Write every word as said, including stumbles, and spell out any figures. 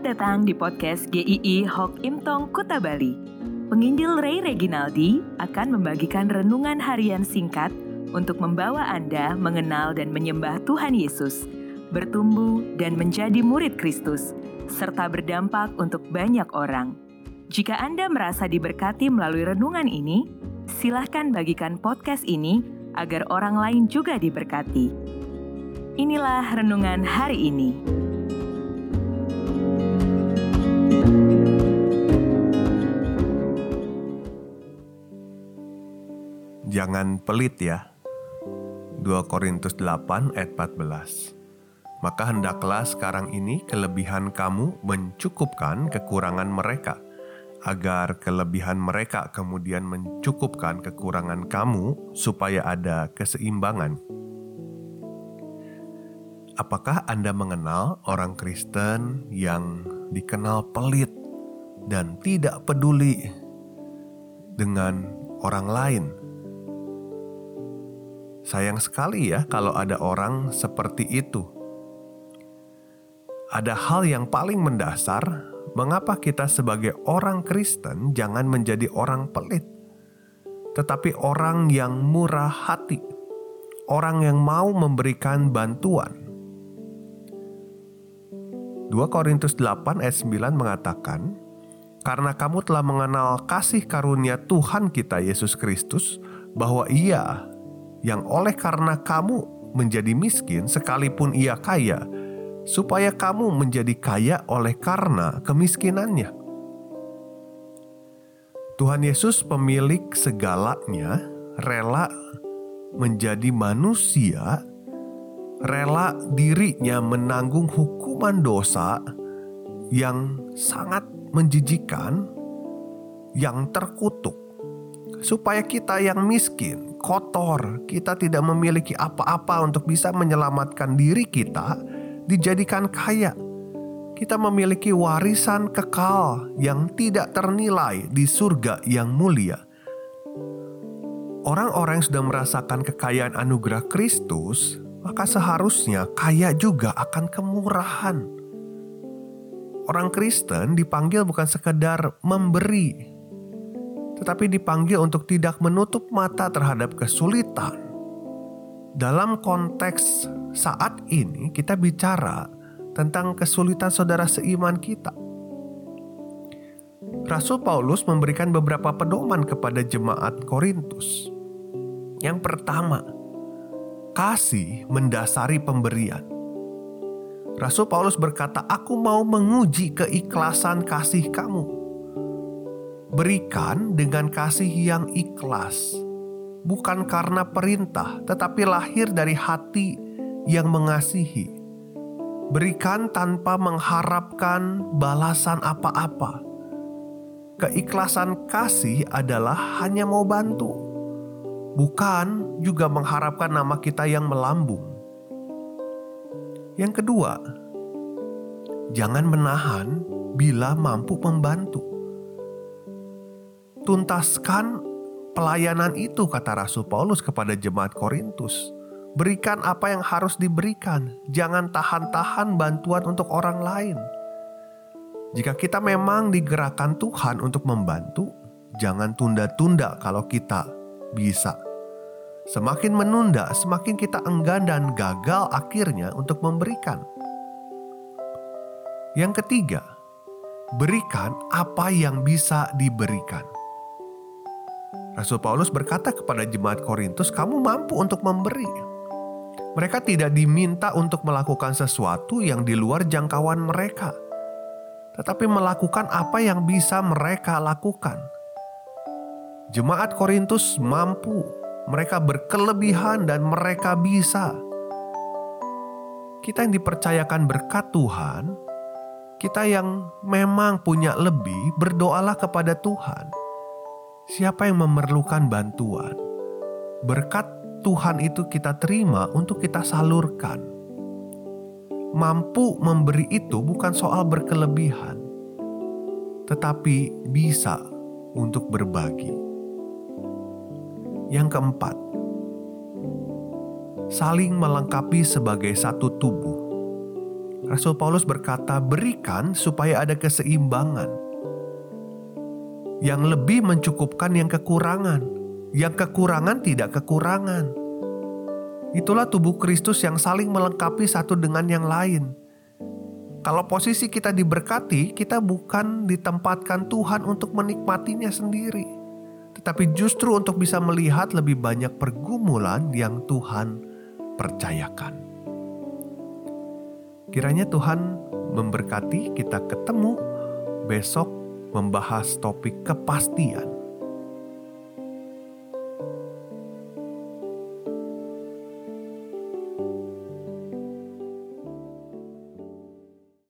Selamat datang di podcast G I I Hok Imtong Kuta Bali. Penginjil Ray Reginaldi akan membagikan renungan harian singkat untuk membawa Anda mengenal dan menyembah Tuhan Yesus, bertumbuh dan menjadi murid Kristus, serta berdampak untuk banyak orang. Jika Anda merasa diberkati melalui renungan ini, silahkan bagikan podcast ini agar orang lain juga diberkati. Inilah renungan hari ini. Jangan pelit ya. dua Korintus delapan ayat empat belas. Maka hendaklah sekarang ini kelebihan kamu mencukupkan kekurangan mereka, agar kelebihan mereka kemudian mencukupkan kekurangan kamu, supaya ada keseimbangan. Apakah Anda mengenal orang Kristen yang dikenal pelit dan tidak peduli dengan orang lain? Sayang sekali ya kalau ada orang seperti itu. Ada hal yang paling mendasar, mengapa kita sebagai orang Kristen jangan menjadi orang pelit, tetapi orang yang murah hati, orang yang mau memberikan bantuan. dua Korintus delapan ayat sembilan mengatakan, karena kamu telah mengenal kasih karunia Tuhan kita Yesus Kristus, bahwa Ia yang oleh karena kamu menjadi miskin sekalipun Ia kaya, supaya kamu menjadi kaya oleh karena kemiskinannya. Tuhan Yesus pemilik segalanya rela menjadi manusia, rela dirinya menanggung hukuman dosa yang sangat menjijikan, yang terkutuk, supaya kita yang miskin, kotor, kita tidak memiliki apa-apa untuk bisa menyelamatkan diri kita, dijadikan kaya. Kita memiliki warisan kekal yang tidak ternilai di surga yang mulia. Orang-orang yang sudah merasakan kekayaan anugerah Kristus, maka seharusnya kaya juga akan kemurahan. Orang Kristen dipanggil bukan sekedar memberi, tetapi dipanggil untuk tidak menutup mata terhadap kesulitan. Dalam konteks saat ini kita bicara tentang kesulitan saudara seiman kita. Rasul Paulus memberikan beberapa pedoman kepada jemaat Korintus. Yang pertama, kasih mendasari pemberian. Rasul Paulus berkata, "Aku mau menguji keikhlasan kasih kamu." Berikan dengan kasih yang ikhlas, bukan karena perintah, tetapi lahir dari hati yang mengasihi. Berikan tanpa mengharapkan balasan apa-apa. Keikhlasan kasih adalah hanya mau bantu, bukan juga mengharapkan nama kita yang melambung. Yang kedua, jangan menahan bila mampu membantu. Tuntaskan pelayanan itu, kata Rasul Paulus kepada jemaat Korintus. Berikan apa yang harus diberikan. Jangan tahan-tahan bantuan untuk orang lain. Jika kita memang digerakkan Tuhan untuk membantu, jangan tunda-tunda kalau kita bisa. Semakin menunda, semakin kita enggan dan gagal akhirnya untuk memberikan. Yang ketiga, berikan apa yang bisa diberikan. Rasul Paulus berkata kepada jemaat Korintus, kamu mampu untuk memberi. Mereka tidak diminta untuk melakukan sesuatu yang di luar jangkauan mereka, tetapi melakukan apa yang bisa mereka lakukan. Jemaat Korintus mampu, mereka berkelebihan dan mereka bisa. Kita yang dipercayakan berkat Tuhan, kita yang memang punya lebih, berdoalah kepada Tuhan. Siapa yang memerlukan bantuan, berkat Tuhan itu kita terima untuk kita salurkan. Mampu memberi itu bukan soal berkelebihan, tetapi bisa untuk berbagi. Yang keempat, saling melengkapi sebagai satu tubuh. Rasul Paulus berkata, berikan supaya ada keseimbangan. Yang lebih mencukupkan yang kekurangan. Yang kekurangan tidak kekurangan. Itulah tubuh Kristus yang saling melengkapi satu dengan yang lain. Kalau posisi kita diberkati, kita bukan ditempatkan Tuhan untuk menikmatinya sendiri, tetapi justru untuk bisa melihat lebih banyak pergumulan yang Tuhan percayakan. Kiranya Tuhan memberkati. Kita ketemu besok membahas topik kepastian.